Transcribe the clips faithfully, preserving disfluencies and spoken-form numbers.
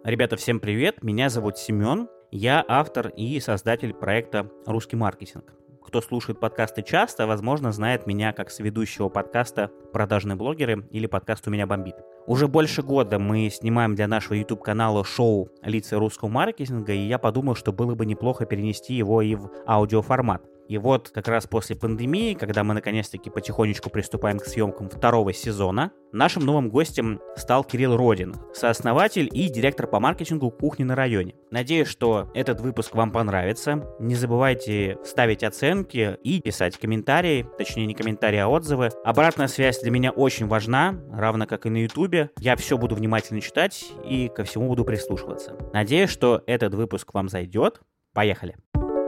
Ребята, всем привет, меня зовут Семен, я автор и создатель проекта «Русский маркетинг». Кто слушает подкасты часто, возможно, знает меня как соведущего подкаста «Продажные блогеры» или подкаст «У меня бомбит». Уже больше года мы снимаем для нашего YouTube-канала шоу «Лица русского маркетинга», и я подумал, что было бы неплохо перенести его и в аудиоформат. И вот как раз после пандемии, когда мы наконец-таки потихонечку приступаем к съемкам второго сезона, нашим новым гостем стал Кирилл Родин, сооснователь и директор по маркетингу «Кухни на районе». Надеюсь, что этот выпуск вам понравится. Не забывайте ставить оценки и писать комментарии, точнее не комментарии, а отзывы. Обратная связь для меня очень важна, равно как и на YouTube. Я все буду внимательно читать и ко всему буду прислушиваться. Надеюсь, что этот выпуск вам зайдет. Поехали!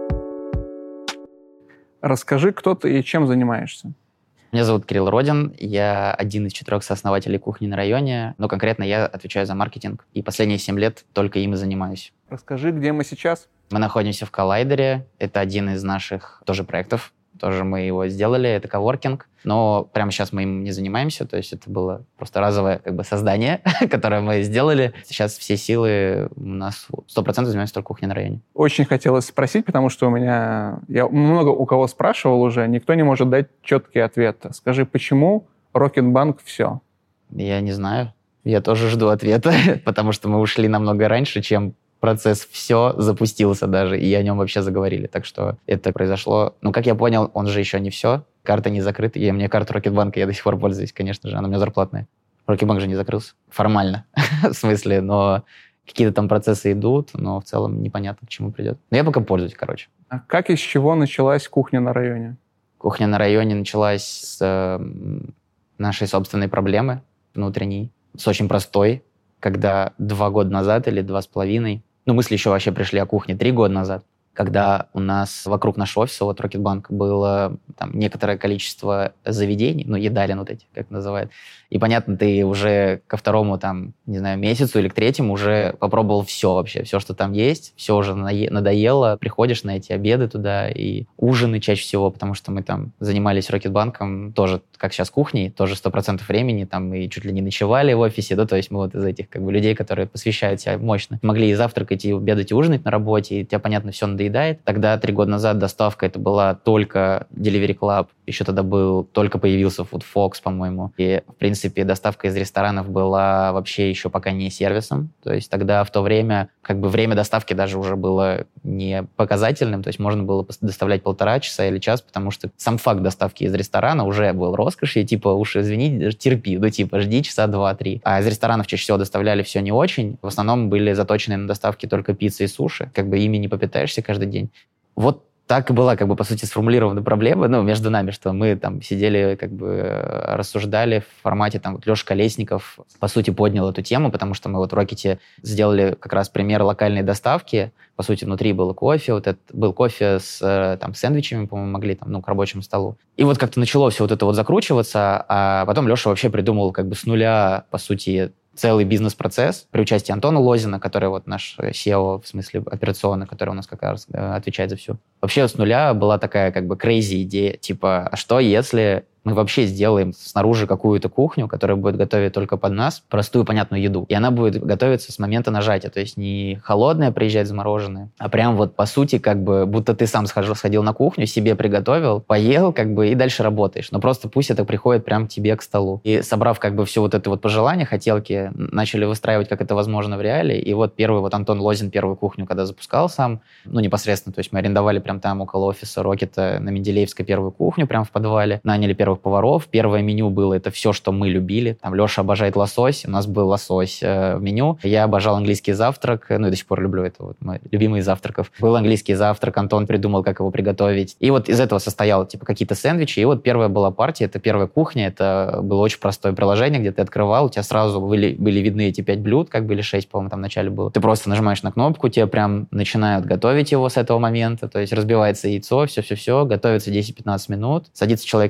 Расскажи, кто ты и чем занимаешься. Меня зовут Кирилл Родин, я один из четырех сооснователей «Кухни на районе», но конкретно я отвечаю за маркетинг, и последние семь лет только им и занимаюсь. Расскажи, где мы сейчас? Мы находимся в Коллайдере, это один из наших тоже проектов, тоже мы его сделали, это коворкинг, но прямо сейчас мы им не занимаемся, то есть это было просто разовое как бы создание, которое мы сделали. Сейчас все силы у нас сто процентов занимаются только «Кухней на районе». Очень хотелось спросить, потому что у меня... Я много у кого спрашивал уже, никто не может дать четкий ответ. Скажи, почему Рокетбанк все? Я не знаю. Я тоже жду ответа, потому что мы ушли намного раньше, чем процесс все запустился даже, и о нем вообще заговорили. Так что это произошло... Ну, как я понял, он же еще не все. Карта не закрыта. И мне карту Рокетбанка я до сих пор пользуюсь, конечно же. Она у меня зарплатная. Рокетбанк же не закрылся. Формально. В смысле, но какие-то там процессы идут, но в целом непонятно, к чему придет. Но я пока пользуюсь, короче. А как и с чего началась «Кухня на районе»? «Кухня на районе» началась с э, нашей собственной проблемы внутренней. С очень простой, когда два года назад или два с половиной, ну, мысли еще вообще пришли о кухне три года назад, когда у нас вокруг нашего офиса, вот Рокетбанк, было там некоторое количество заведений, ну, едалин вот эти, как называют. И, понятно, ты уже ко второму, там, не знаю, месяцу или к третьему уже попробовал все вообще, все, что там есть, все уже надоело. Приходишь на эти обеды туда и ужины чаще всего, потому что мы там занимались Рокетбанком тоже, как сейчас, кухней, тоже сто процентов времени, там и чуть ли не ночевали в офисе, да, то есть мы вот из этих как бы людей, которые посвящают себя мощно, могли и завтракать, и обедать, и ужинать на работе, и тебя, понятно, все надоедает. Тогда, три года назад, доставка это была только Delivery Club, еще тогда был, только появился Food Fox, по-моему, и, в принципе, В принципе, доставка из ресторанов была вообще еще пока не сервисом. То есть тогда в то время как бы время доставки даже уже было не показательным. То есть можно было доставлять полтора часа или час, потому что сам факт доставки из ресторана уже был роскошью. Типа, уж извини, терпи, ну типа жди часа два-три. А из ресторанов чаще всего доставляли все не очень. В основном были заточены на доставки только пиццы и суши. Как бы ими не попитаешься каждый день. Вот так и была, как бы, по сути, сформулирована проблема, ну, между нами, что мы там сидели, как бы, рассуждали в формате, там, вот Леша Колесников, по сути, поднял эту тему, потому что мы вот в Рокете сделали как раз пример локальной доставки, по сути, внутри было кофе, вот это был кофе с, там, сэндвичами, по-моему, могли, там, ну, к рабочему столу. И вот как-то начало все вот это вот закручиваться, а потом Леша вообще придумал, как бы, с нуля, по сути, целый бизнес-процесс при участии Антона Лозина, который вот наш си и о, в смысле операционный, который у нас как раз э, отвечает за всю. Вообще с нуля была такая как бы crazy идея, типа, а что если мы вообще сделаем снаружи какую-то кухню, которая будет готовить только под нас простую, понятную еду. И она будет готовиться с момента нажатия. То есть не холодная приезжает замороженная, а прям вот по сути как бы будто ты сам сходил, сходил на кухню, себе приготовил, поел как бы и дальше работаешь. Но просто пусть это приходит прям к тебе к столу. И собрав как бы все вот это вот пожелания, хотелки, начали выстраивать, как это возможно в реале. И вот первый вот Антон Лозин первую кухню, когда запускал сам, ну непосредственно, то есть мы арендовали прям там около офиса Рокета на Менделеевской первую кухню, прям в подвале, наняли первых поваров. Первое меню было это все, что мы любили. Там Леша обожает лосось, у нас был лосось э, в меню. Я обожал английский завтрак, ну и до сих пор люблю это, вот мой любимый из завтраков. Был английский завтрак, Антон придумал, как его приготовить. И вот из этого состояло типа какие-то сэндвичи. И вот первая была партия, это первая кухня, это было очень простое приложение, где ты открывал, у тебя сразу были, были видны эти пять блюд, как бы или шесть, по-моему, там в начале было. Ты просто нажимаешь на кнопку, тебе прям начинают готовить его с этого момента, то есть разбивается яйцо, все-все-все, готовится десять-пятнадцать минут, садится человек на велосипед,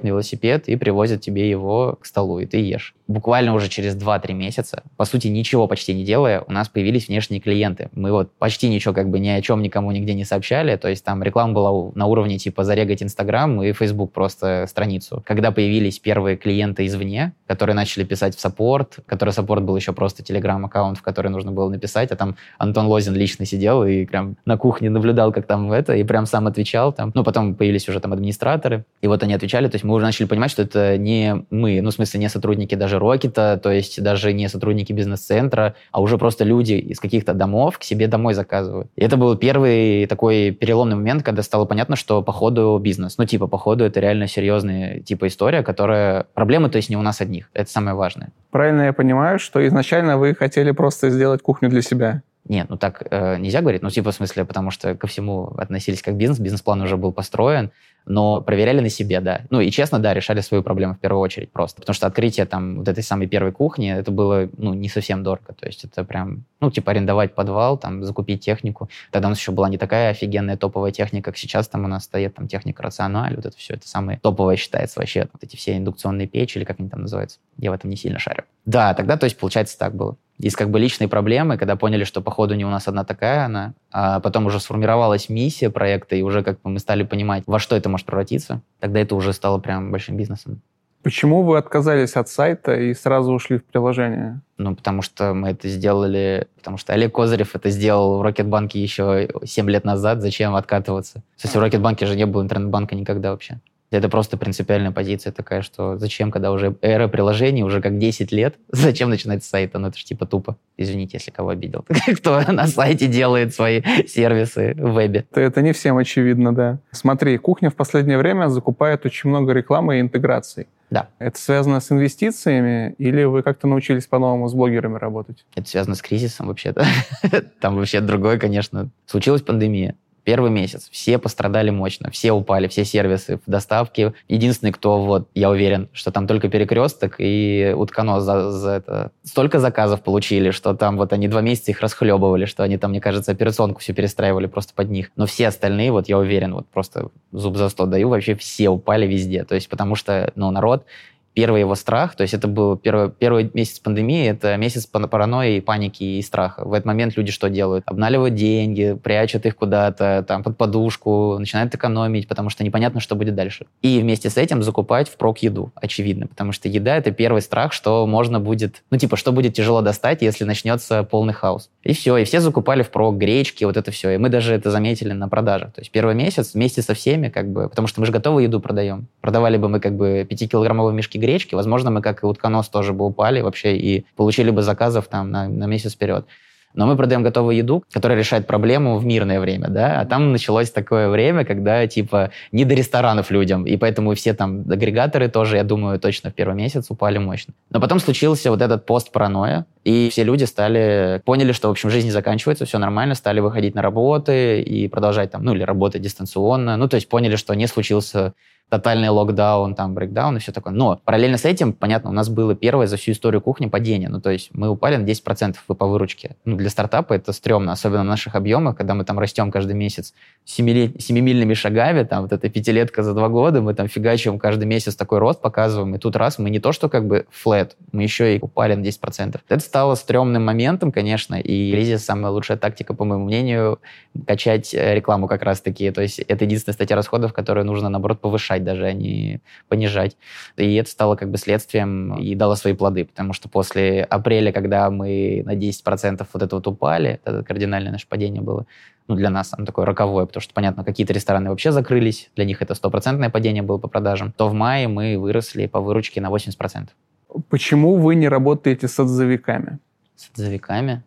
велосипед и привозят тебе его к столу, и ты ешь. Буквально уже через два-три месяца, по сути, ничего почти не делая, у нас появились внешние клиенты. Мы вот почти ничего как бы ни о чем никому нигде не сообщали, то есть там реклама была на уровне типа зарегать Инстаграм и Фейсбук просто страницу. Когда появились первые клиенты извне, которые начали писать в саппорт, который саппорт был еще просто телеграм-аккаунт, в который нужно было написать, а там Антон Лозин лично сидел и прям на кухне наблюдал, как там это, и прям сам отвечал там. Ну, потом появились уже там администраторы, и вот они отвечали, то есть мы уже начали понимать, что это не мы, ну, в смысле, не сотрудники даже Рокета, то есть даже не сотрудники бизнес-центра, а уже просто люди из каких-то домов к себе домой заказывают. И это был первый такой переломный момент, когда стало понятно, что по ходу бизнес. Ну, типа, по ходу это реально серьезная типа история, которая... Проблемы, то есть не у нас одних. Это самое важное. Правильно я понимаю, что изначально вы хотели просто сделать кухню для себя? Нет, ну так э, нельзя говорить, ну типа в смысле, потому что ко всему относились как бизнес, бизнес-план уже был построен, но проверяли на себе, да. Ну и честно, да, решали свою проблему в первую очередь просто, потому что открытие там вот этой самой первой кухни, это было, ну, не совсем дорого, то есть это прям, ну, типа арендовать подвал, там, закупить технику. Тогда у нас еще была не такая офигенная топовая техника, как сейчас там у нас стоит там техника Рациональ, вот это все, это самое топовое считается вообще, вот эти все индукционные печи или как они там называются. Я в этом не сильно шарю. Да, тогда, то есть, получается, так было. Есть как бы личные проблемы, когда поняли, что походу не у нас одна такая она, а потом уже сформировалась миссия проекта, и уже как бы мы стали понимать, во что это может превратиться, тогда это уже стало прям большим бизнесом. Почему вы отказались от сайта и сразу ушли в приложение? Ну, потому что мы это сделали, потому что Олег Козырев это сделал в Рокетбанке еще семь лет назад, зачем откатываться? Кстати, в Рокетбанке же не было интернет-банка никогда вообще. Это просто принципиальная позиция такая, что зачем, когда уже эра приложений, уже как десять лет, зачем начинать с сайта? Ну, это же типа тупо. Извините, если кого обидел. Кто на сайте делает свои сервисы в вебе. Это не всем очевидно, да. Смотри, кухня в последнее время закупает очень много рекламы и интеграций. Да. Это связано с инвестициями или вы как-то научились по-новому с блогерами работать? Это связано с кризисом вообще-то. Там вообще другое, конечно. Случилась пандемия. Первый месяц все пострадали мощно, все упали, все сервисы в доставке. Единственный, кто, вот, я уверен, что там только Перекресток и Утконос за, за это столько заказов получили, что там вот они два месяца их расхлебывали, что они там, мне кажется, операционку все перестраивали просто под них. Но все остальные, вот я уверен, вот просто зуб за сто даю, вообще все упали везде. То есть потому что, ну, народ... Первый его страх, то есть это был первый, первый месяц пандемии, это месяц паранойи, паники и страха. В этот момент люди что делают? Обналивают деньги, прячут их куда-то, там, под подушку, начинают экономить, потому что непонятно, что будет дальше. И вместе с этим закупать впрок еду, очевидно, потому что еда — это первый страх, что можно будет, ну, типа, что будет тяжело достать, если начнется полный хаос. И все, и все закупали впрок гречки, вот это все. И мы даже это заметили на продажах. То есть первый месяц вместе со всеми, как бы, потому что мы же готовую еду продаем. Продавали бы мы, как бы, пятикилограммовые мешки гречки, возможно, мы, как и Утконос, тоже бы упали вообще и получили бы заказов там на, на месяц вперед. Но мы продаем готовую еду, которая решает проблему в мирное время, да, а там началось такое время, когда, типа, не до ресторанов людям, и поэтому все там агрегаторы тоже, я думаю, точно в первый месяц упали мощно. Но потом случился вот этот пост-паранойя, и все люди стали, поняли, что, в общем, жизнь не заканчивается, все нормально, стали выходить на работы и продолжать там, ну, или работать дистанционно, ну, то есть поняли, что не случился тотальный локдаун, там, брейкдаун и все такое. Но параллельно с этим, понятно, у нас было первое за всю историю кухни падение. Ну, то есть мы упали на десять процентов по выручке. Ну, для стартапа это стрёмно, особенно в наших объемах, когда мы там растем каждый месяц семилет... семимильными шагами, там, вот эта пятилетка за два года, мы там фигачим каждый месяц такой рост, показываем, и тут раз мы не то, что как бы флэт, мы еще и упали на десять процентов. Это стало стрёмным моментом, конечно, и кризис — самая лучшая тактика, по моему мнению, качать рекламу как раз-таки. То есть это единственная статья расходов, которую нужно, наоборот, повышать даже, а не понижать. И это стало как бы следствием и дало свои плоды, потому что после апреля, когда мы на десять процентов вот это вот упали, это кардинальное наше падение было, ну, для нас оно такое роковое, потому что, понятно, какие-то рестораны вообще закрылись, для них это стопроцентное падение было по продажам, то в мае мы выросли по выручке на восемьдесят процентов. Почему вы не работаете с отзывиками? С отзывиками?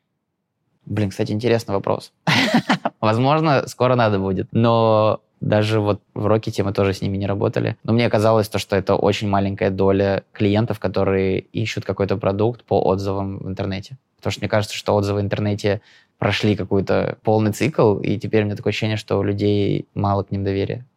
Блин, кстати, интересный вопрос. Возможно, скоро надо будет, но даже вот в Рокете мы тоже с ними не работали. Но мне казалось, то, что это очень маленькая доля клиентов, которые ищут какой-то продукт по отзывам в интернете. Потому что мне кажется, что отзывы в интернете прошли какой-то полный цикл, и теперь у меня такое ощущение, что у людей мало к ним доверия.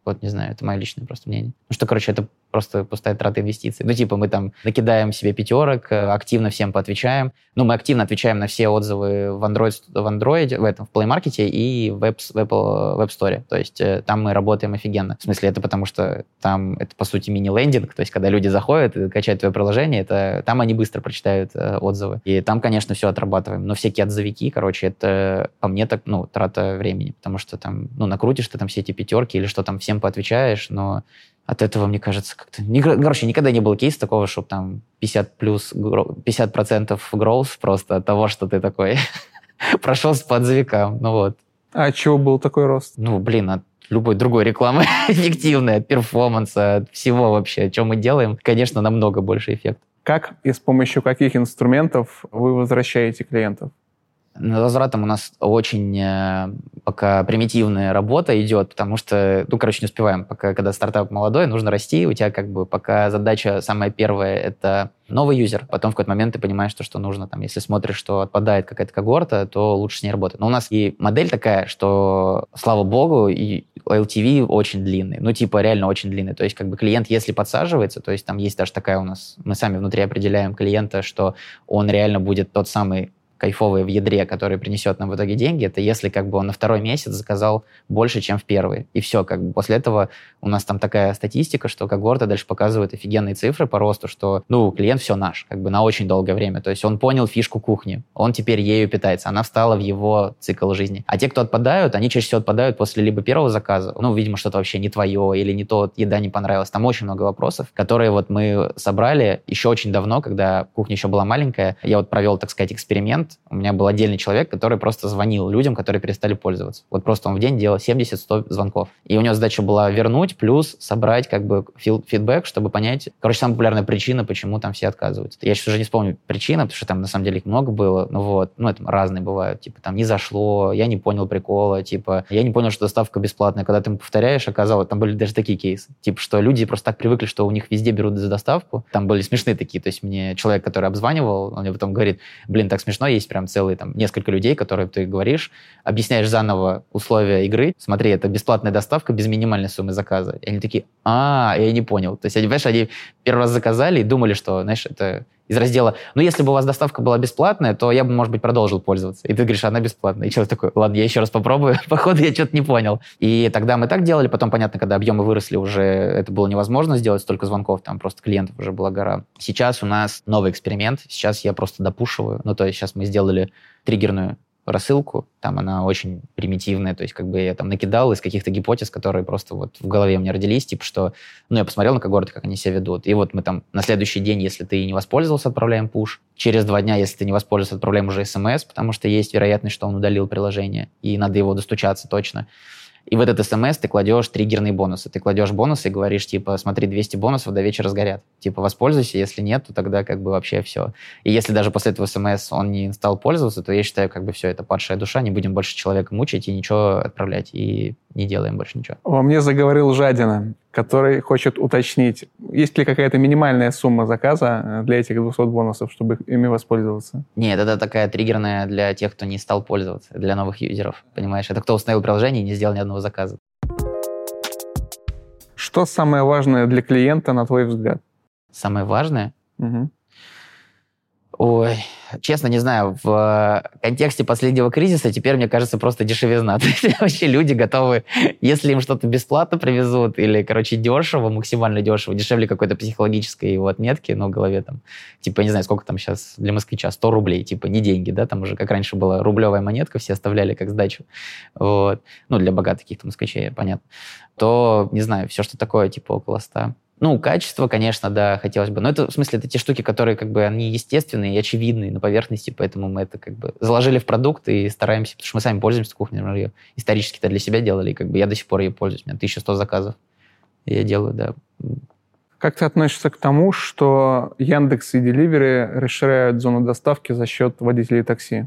Вот, не знаю, это мое личное просто мнение. Ну что, короче, это просто пустая трата инвестиций. Ну, типа, мы там накидаем себе пятерок, активно всем поотвечаем. Ну, мы активно отвечаем на все отзывы в Android, в Android, в этом, в Play Market и в Web, в Apple Web Store. То есть там мы работаем офигенно. В смысле, это потому что там это, по сути, мини-лендинг. То есть, когда люди заходят и качают твое приложение, это, там они быстро прочитают э, отзывы. И там, конечно, все отрабатываем. Но всякие отзывики, короче, это по мне так, ну, трата времени. Потому что там, ну, накрутишь ты там все эти пятерки или что там всем поотвечаешь, но от этого, мне кажется, как-то... Короче, никогда не было кейса такого, чтобы там пятьдесят плюс, пятьдесят процентов growth просто от того, что ты такой прошелся по отзывикам. Ну вот. А от чего был такой рост? Ну, блин, от любой другой рекламы эффективной, от перформанса, от всего вообще, что мы делаем, конечно, намного больше эффект. Как и с помощью каких инструментов вы возвращаете клиентов? Над возвратом у нас очень э, пока примитивная работа идет, потому что, ну, короче, не успеваем. Пока, когда стартап молодой, нужно расти. У тебя как бы пока задача самая первая — это новый юзер. Потом в какой-то момент ты понимаешь, что, что нужно. Там, если смотришь, что отпадает какая-то когорта, то лучше с ней работать. Но у нас и модель такая, что, слава богу, и эл ти ви очень длинный. Ну, типа, реально очень длинный. То есть, как бы клиент, если подсаживается, то есть там есть даже такая у нас... Мы сами внутри определяем клиента, что он реально будет тот самый кайфовый в ядре, который принесет нам в итоге деньги, это если как бы он на второй месяц заказал больше, чем в первый. И все, как бы после этого у нас там такая статистика, что когорта дальше показывает офигенные цифры по росту, что, ну, клиент все наш, как бы на очень долгое время. То есть он понял фишку кухни, он теперь ею питается, она встала в его цикл жизни. А те, кто отпадают, они чаще всего отпадают после либо первого заказа, ну, видимо, что-то вообще не твое, или не то, еда не понравилась. Там очень много вопросов, которые вот мы собрали еще очень давно, когда кухня еще была маленькая. Я вот провел, так сказать, эксперимент. У меня был отдельный человек, который просто звонил людям, которые перестали пользоваться. Вот просто он в день делал семьдесят-сто звонков. И у него задача была вернуть, плюс собрать как бы фидбэк, чтобы понять... Короче, самая популярная причина, почему там все отказываются. Я сейчас уже не вспомню причину, потому что там на самом деле их много было. Ну вот, ну это разные бывают. Типа там не зашло, я не понял прикола, типа я не понял, что доставка бесплатная. Когда ты ему повторяешь, оказалось, там были даже такие кейсы. Типа, что люди просто так привыкли, что у них везде берут за доставку. Там были смешные такие. То есть мне человек, который обзванивал, он мне потом говорит, блин, так смешно, есть прям целый там несколько людей, которые ты говоришь, объясняешь заново условия игры. Смотри, это бесплатная доставка без минимальной суммы заказа. И они такие, а, я не понял. То есть, они, понимаешь, они первый раз заказали и думали, что, знаешь, это из раздела, ну, если бы у вас доставка была бесплатная, то я бы, может быть, продолжил пользоваться. И ты говоришь, она бесплатная. И человек такой, ладно, я еще раз попробую. Походу, я что-то не понял. И тогда мы так делали. Потом, понятно, когда объемы выросли, уже это было невозможно сделать, столько звонков, там просто клиентов уже была гора. Сейчас у нас новый эксперимент. Сейчас я просто допушиваю. Ну, то есть сейчас мы сделали триггерную рассылку, там она очень примитивная, то есть как бы я там накидал из каких-то гипотез, которые просто вот в голове у меня родились, типа что, ну, я посмотрел на когорты, как они себя ведут, и вот мы там на следующий день, если ты не воспользовался, отправляем пуш, через два дня, если ты не воспользовался, отправляем уже смс, потому что есть вероятность, что он удалил приложение, и надо его достучаться точно. И в этот смс ты кладешь триггерные бонусы. Ты кладешь бонусы и говоришь, типа, смотри, двести бонусов до вечера сгорят. Типа, воспользуйся, если нет, то тогда как бы вообще все. И если даже после этого смс он не стал пользоваться, то я считаю, как бы все, это падшая душа, не будем больше человека мучить и ничего отправлять, и не делаем больше ничего. Во мне заговорил жадина, который хочет уточнить, есть ли какая-то минимальная сумма заказа для этих двухсот бонусов, чтобы ими воспользоваться? Нет, это такая триггерная для тех, кто не стал пользоваться, для новых юзеров, понимаешь? Это кто установил приложение и не сделал ни одного заказа. Что самое важное для клиента, на твой взгляд? Самое важное? Угу. Ой, честно, не знаю, в контексте последнего кризиса теперь, мне кажется, просто дешевизна. То есть вообще люди готовы, если им что-то бесплатно привезут или, короче, дешево, максимально дешево, дешевле какой-то психологической его отметки, ну, в голове там, типа, не знаю, сколько там сейчас для москвича, сто рублей, типа, не деньги, да, там уже, как раньше была рублевая монетка, все оставляли как сдачу, вот, ну, для богатых каких-то москвичей, понятно, то, не знаю, все, что такое, типа, около ста. Ну, качество, конечно, да, хотелось бы. Но это, в смысле, это те штуки, которые, как бы, они естественные и очевидные на поверхности, поэтому мы это, как бы, заложили в продукт и стараемся, потому что мы сами пользуемся кухней, например, ее исторически-то для себя делали, и, как бы, я до сих пор ее пользуюсь. У меня тысяча сто заказов. И я делаю, да. Как ты относишься к тому, что Яндекс и Delivery расширяют зону доставки за счет водителей такси? Мы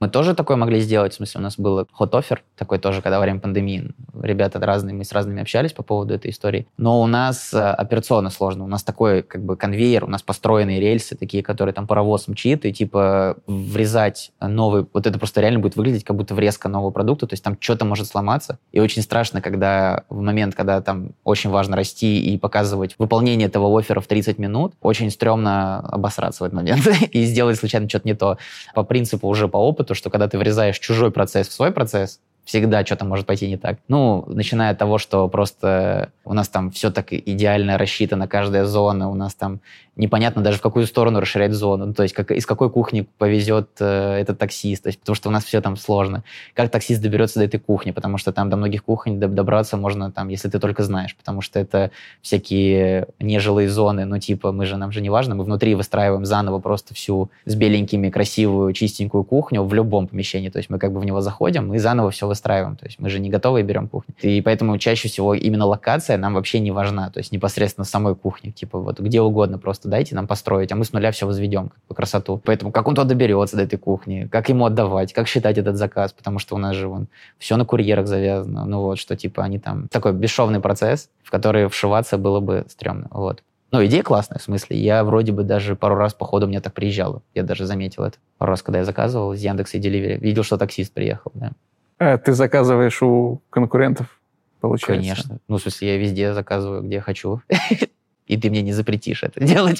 Мы тоже такое могли сделать, в смысле у нас был hot offer, такой тоже, когда во время пандемии ребята разные, мы с разными общались по поводу этой истории. Но у нас э, операционно сложно, у нас такой как бы конвейер, у нас построенные рельсы, такие, которые там паровоз мчит, и типа врезать новый, вот это просто реально будет выглядеть как будто врезка нового продукта, то есть там что-то может сломаться. И очень страшно, когда в момент, когда там очень важно расти и показывать выполнение этого оффера в тридцать минут, очень стрёмно обосраться в этот момент и сделать случайно что-то не то. По принципу уже по опыту, что когда ты врезаешь чужой процесс в свой процесс, всегда что-то может пойти не так. Ну, начиная от того, что просто у нас там все так идеально рассчитано, каждая зона, у нас там непонятно даже в какую сторону расширять зону, ну, то есть как, из какой кухни повезет э, этот таксист, то есть, потому что у нас все там сложно. Как таксист доберется до этой кухни, потому что там до многих кухонь добраться можно, там, если ты только знаешь, потому что это всякие нежилые зоны, ну типа мы же, нам же не важно, мы внутри выстраиваем заново просто всю с беленькими, красивую, чистенькую кухню в любом помещении, то есть мы как бы в него заходим и заново все выстраиваем, то есть мы же не готовы и берем кухню. И поэтому чаще всего именно локация нам вообще не важна, то есть непосредственно самой кухни, типа вот где угодно просто дайте нам построить, а мы с нуля все возведем, как бы красоту. Поэтому как он туда доберется до этой кухни, как ему отдавать, как считать этот заказ, потому что у нас же вон все на курьерах завязано, ну вот, что типа они там... Такой бесшовный процесс, в который вшиваться было бы стрёмно, вот. Ну, идея классная, в смысле. Я вроде бы даже пару раз по ходу мне так приезжало. Я даже заметил это. Пару раз, когда я заказывал из Яндекса и Delivery, видел, что таксист приехал, да. А ты заказываешь у конкурентов, получается? Конечно. Ну, в смысле, я везде заказываю, где хочу. И ты мне не запретишь это делать.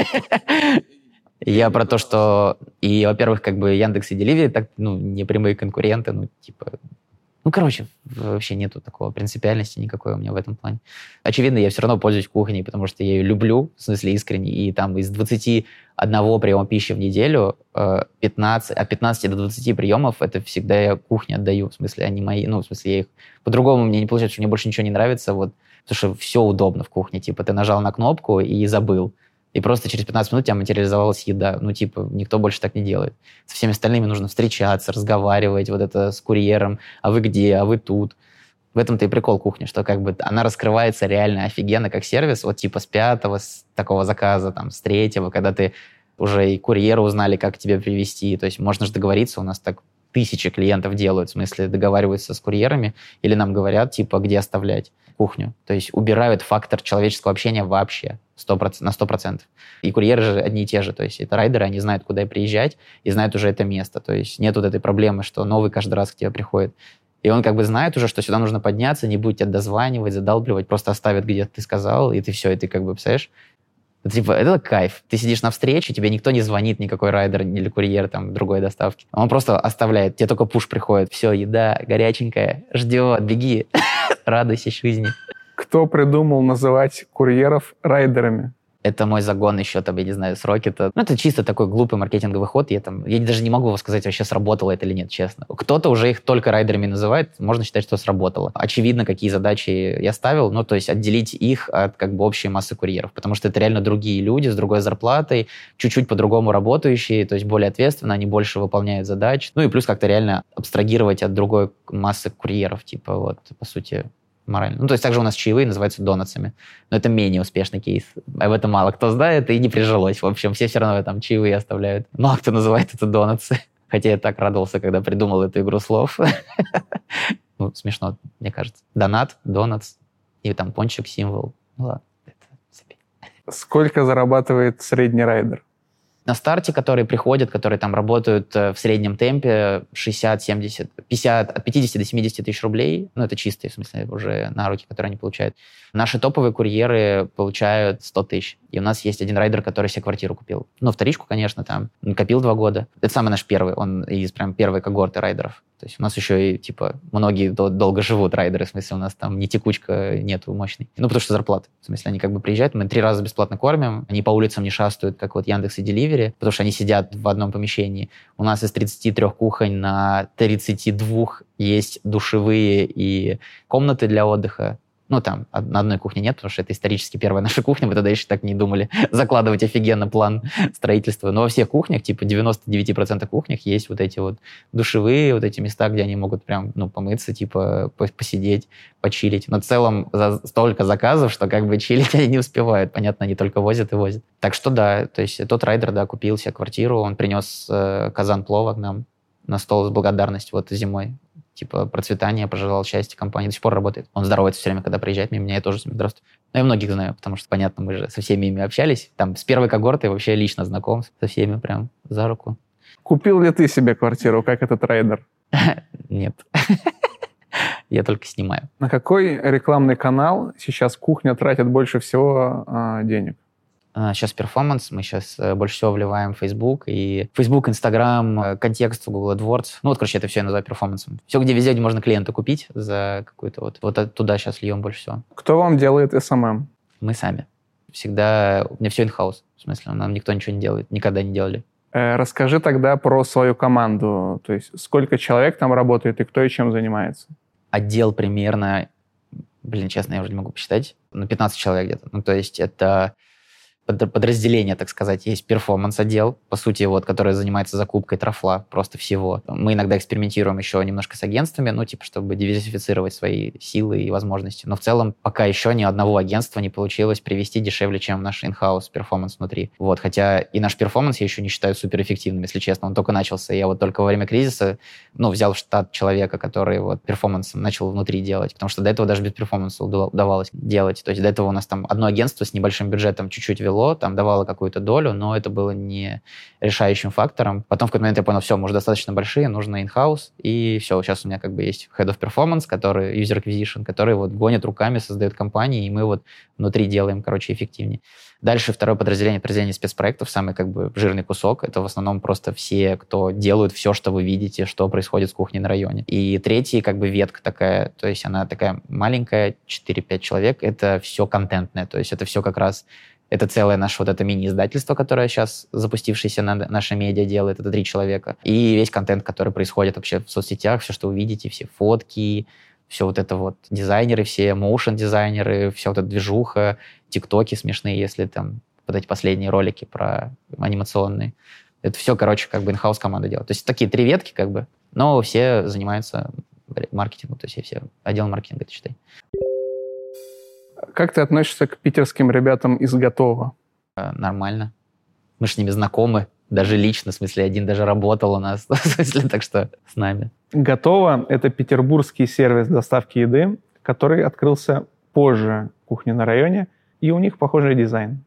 Я про то, что... И, во-первых, как бы Яндекс и Delivery, так, ну, не прямые конкуренты, ну, типа... Ну, короче, вообще нету такого принципиальности никакой у меня в этом плане. Очевидно, я все равно пользуюсь кухней, потому что я ее люблю, в смысле искренне, и там из двадцати одного приема пищи в неделю пятнадцать, от пятнадцати до двадцати приемов это всегда я кухне отдаю, в смысле они мои, ну, в смысле я их... По-другому мне не получается, что мне больше ничего не нравится, вот, потому что все удобно в кухне, типа ты нажал на кнопку и забыл. И просто через пятнадцать минут у тебя материализовалась еда. Ну, типа, никто больше так не делает. Со всеми остальными нужно встречаться, разговаривать, вот это с курьером. А вы где? А вы тут? В этом-то и прикол кухни, что как бы она раскрывается реально офигенно как сервис. Вот типа с пятого, с такого заказа, там, с третьего, когда ты уже и курьеры узнали, как тебя привезти. То есть можно же договориться, у нас так тысячи клиентов делают, в смысле договариваются с курьерами или нам говорят, типа, где оставлять кухню. То есть убирают фактор человеческого общения вообще сто процентов, на сто процентов. И курьеры же одни и те же, то есть это райдеры, они знают, куда приезжать и знают уже это место. То есть нет вот этой проблемы, что новый каждый раз к тебе приходит. И он как бы знает уже, что сюда нужно подняться, не будет тебя дозванивать, задалбливать, просто оставят, где ты сказал, и ты все, и ты как бы, представляешь, это, типа, это кайф. Ты сидишь на встрече, тебе никто не звонит, никакой райдер или курьер там другой доставки. Он просто оставляет, тебе только пуш приходит. Все, еда горяченькая, ждет, беги, радуйся жизни. Кто придумал называть курьеров райдерами? Это мой загон еще, там, я не знаю, с Рокета. Ну, это чисто такой глупый маркетинговый ход. Я, там, я даже не могу сказать, вообще сработало это или нет, честно. Кто-то уже их только райдерами называет, можно считать, что сработало. Очевидно, какие задачи я ставил, ну, то есть отделить их от как бы общей массы курьеров, потому что это реально другие люди с другой зарплатой, чуть-чуть по-другому работающие, то есть более ответственно, они больше выполняют задач. Ну, и плюс как-то реально абстрагировать от другой массы курьеров, типа, вот, по сути... морально. Ну, то есть также у нас чаевые называются донатсами. Но это менее успешный кейс. Об этом мало кто знает и не прижилось. В общем, все все равно там чаевые оставляют. Мало кто называет это донатсы. Хотя я так радовался, когда придумал эту игру слов. Ну, смешно, мне кажется. Донат, донатс и там пончик, символ. Ну ладно. Сколько зарабатывает средний райдер? На старте, которые приходят, которые там работают в среднем темпе шестьдесят, семьдесят, пятьдесят, от пятидесяти до семидесяти тысяч рублей, ну, это чистые, в смысле, уже на руки, которые они получают. Наши топовые курьеры получают сто тысяч. И у нас есть один райдер, который себе квартиру купил. Ну, вторичку, конечно, там, копил два года. Это самый наш первый, он из прям первой когорты райдеров. То есть у нас еще и, типа, многие долго живут райдеры, в смысле, у нас там не текучка нету мощной. Ну, потому что зарплаты. В смысле, они как бы приезжают, мы три раза бесплатно кормим, они по улицам не шастают, как вот Яндекс и Delivery, потому что они сидят в одном помещении. У нас из тридцати трёх кухонь на тридцати двух есть душевые и комнаты для отдыха. Ну, там, на одной кухне нет, потому что это исторически первая наша кухня, мы тогда еще так не думали закладывать офигенно план строительства. Но во всех кухнях, типа девяносто девять процентов кухнях есть вот эти вот душевые, вот эти места, где они могут прям, ну, помыться, типа, посидеть, почилить. Но в целом за столько заказов, что как бы чилить они не успевают. Понятно, они только возят и возят. Так что да, то есть тот райдер, да, купил себе квартиру, он принес э, казан плова к нам. на стол с благодарностью вот зимой. Типа процветание, пожелал счастья компании. До сих пор работает. Он здоровается все время, когда приезжает мимо меня, я тоже с ним здравствуй. Но я многих знаю, потому что, понятно, мы же со всеми ими общались. Там с первой когорты вообще лично знаком со всеми прям за руку. Купил ли ты себе квартиру, как этот райдер? Нет. Я только снимаю. На какой рекламный канал сейчас кухня тратит больше всего а, денег? Сейчас перформанс, мы сейчас больше всего вливаем в Facebook, и Facebook, Instagram, контекст, Google AdWords. Ну вот, короче, это все я называю перформансом. Все, где везде, где можно клиента купить за какую-то вот... Вот туда сейчас льем больше всего. Кто вам делает эс эм эм? Мы сами. Всегда... У меня все in-house. В смысле, нам никто ничего не делает. Никогда не делали. Э, расскажи тогда про свою команду. То есть сколько человек там работает и кто и чем занимается? Отдел примерно... Блин, честно, я уже не могу посчитать. Ну, пятнадцать человек где-то. Ну, то есть это... подразделение, так сказать, есть перформанс-отдел, по сути, вот, который занимается закупкой трафла, просто всего. Мы иногда экспериментируем еще немножко с агентствами, ну, типа, чтобы диверсифицировать свои силы и возможности. Но в целом пока еще ни одного агентства не получилось привести дешевле, чем наш in-house перформанс внутри. Вот, хотя и наш перформанс я еще не считаю суперэффективным, если честно. Он только начался. Я вот только во время кризиса, ну, взял в штат человека, который вот перформанс начал внутри делать, потому что до этого даже без перформанса удавалось делать. То есть до этого у нас там одно агентство с небольшим бюджетом чуть-чуть вело, там давало какую-то долю, но это было не решающим фактором. Потом в какой-то момент я понял, все, мы уже достаточно большие, нужно in-house, и все, сейчас у меня как бы есть head of performance, который user acquisition, который вот гонит руками, создает компании, и мы вот внутри делаем, короче, эффективнее. Дальше второе подразделение, подразделение спецпроектов, самый как бы жирный кусок, это в основном просто все, кто делают все, что вы видите, что происходит с кухней на районе. И третий как бы ветка такая, то есть она такая маленькая, четыре-пять человек, это все контентное, то есть это все как раз это целое наше вот это мини-издательство, которое сейчас запустившееся на наше медиа делает, это три человека. И весь контент, который происходит вообще в соцсетях, все, что вы видите, все фотки, все вот это вот дизайнеры, все моушн-дизайнеры, вся вот эта движуха, тиктоки смешные, если там вот эти последние ролики про анимационные. Это все, короче, как бы in-house команда делает. То есть такие три ветки как бы, но все занимаются маркетингом, то есть все отдел маркетинга, это считай. Как ты относишься к питерским ребятам из Готово? Нормально. Мы же с ними знакомы, даже лично, в смысле, один даже работал у нас, в смысле, так что с нами. Готово — это петербургский сервис доставки еды, который открылся позже кухни на районе, и у них похожий дизайн.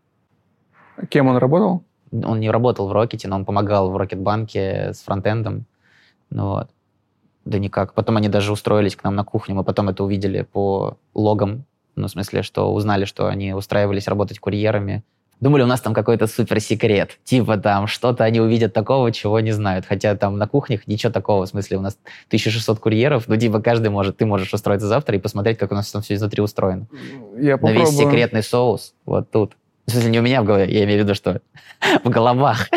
Кем он работал? Он не работал в Рокете, но он помогал в Рокетбанке с фронтендом. Ну вот. Да никак. Потом они даже устроились к нам на кухню, мы потом это увидели по логам. Ну, в смысле, что узнали, что они устраивались работать курьерами. Думали, у нас там какой-то суперсекрет. Типа там что-то они увидят такого, чего не знают. Хотя там на кухнях ничего такого. В смысле, у нас тысяча шестьсот курьеров. Ну, типа каждый может. Ты можешь устроиться завтра и посмотреть, как у нас там все изнутри устроено. Я Но весь секретный соус вот тут. В смысле, не у меня в голове, я имею в виду, что в головах.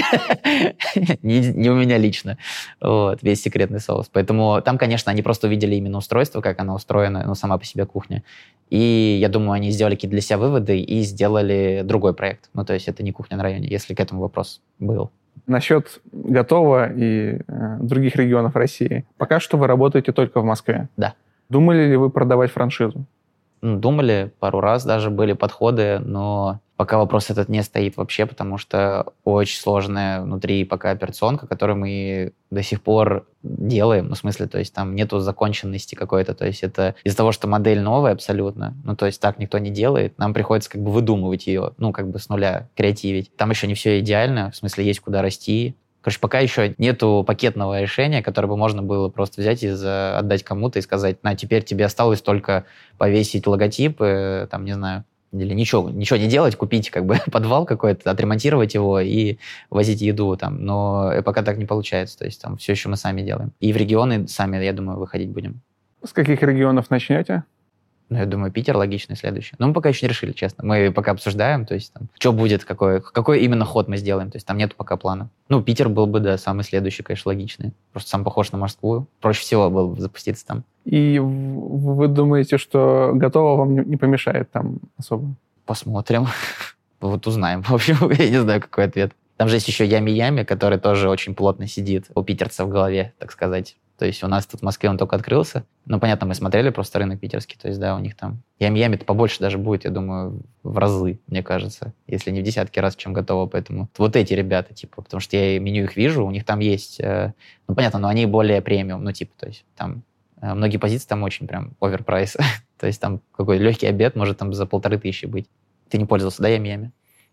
не, не у меня лично. Вот, весь секретный соус. Поэтому там, конечно, они просто увидели именно устройство, как оно устроено, ну, сама по себе кухня. И я думаю, они сделали какие-то для себя выводы и сделали другой проект. Ну, то есть это не кухня на районе, если к этому вопрос был. Насчет Готово и э, других регионов России. Пока что вы работаете только в Москве. Да. Думали ли вы продавать франшизу? Ну, думали, пару раз даже были подходы, но пока вопрос этот не стоит вообще, потому что очень сложная внутри пока операционка, которую мы до сих пор делаем, ну, в смысле, то есть там нету законченности какой-то, то есть это из-за того, что модель новая абсолютно, ну, то есть так никто не делает, нам приходится как бы выдумывать ее, ну, как бы с нуля креативить. Там еще не все идеально, в смысле есть куда расти. Короче, пока еще нету пакетного решения, которое бы можно было просто взять и за... отдать кому-то и сказать, на, теперь тебе осталось только повесить логотип, э, там, не знаю, или ничего, ничего не делать, купить как бы подвал какой-то, отремонтировать его и возить еду там. Но пока так не получается, то есть там все еще мы сами делаем. И в регионы сами, я думаю, выходить будем. С каких регионов начнете? Ну, я думаю, Питер логичный следующий. Но мы пока еще не решили, честно. Мы пока обсуждаем, то есть там, что будет, какой, какой именно ход мы сделаем. То есть там нету пока плана. Ну, Питер был бы, да, самый следующий, конечно, логичный. Просто сам похож на Москву. Проще всего было бы запуститься там. И вы думаете, что Готово вам не помешает там особо? Посмотрим. Вот узнаем. В общем, я не знаю, какой ответ. Там же есть еще Ями-Ями, который тоже очень плотно сидит у питерца в голове, так сказать. То есть у нас тут в Москве он только открылся. Ну, понятно, мы смотрели просто рынок питерский. То есть, да, у них там... Ями-Ями-то побольше даже будет, я думаю, в разы, мне кажется. Если не в десятки раз, чем готово. Поэтому вот эти ребята, типа, потому что я меню их вижу, у них там есть... Э, ну, понятно, но они более премиум. Ну, типа, то есть там э, многие позиции там очень прям оверпрайс. То есть там какой легкий обед может там за полторы тысячи быть. Ты не пользовался, да, Ями-Ями?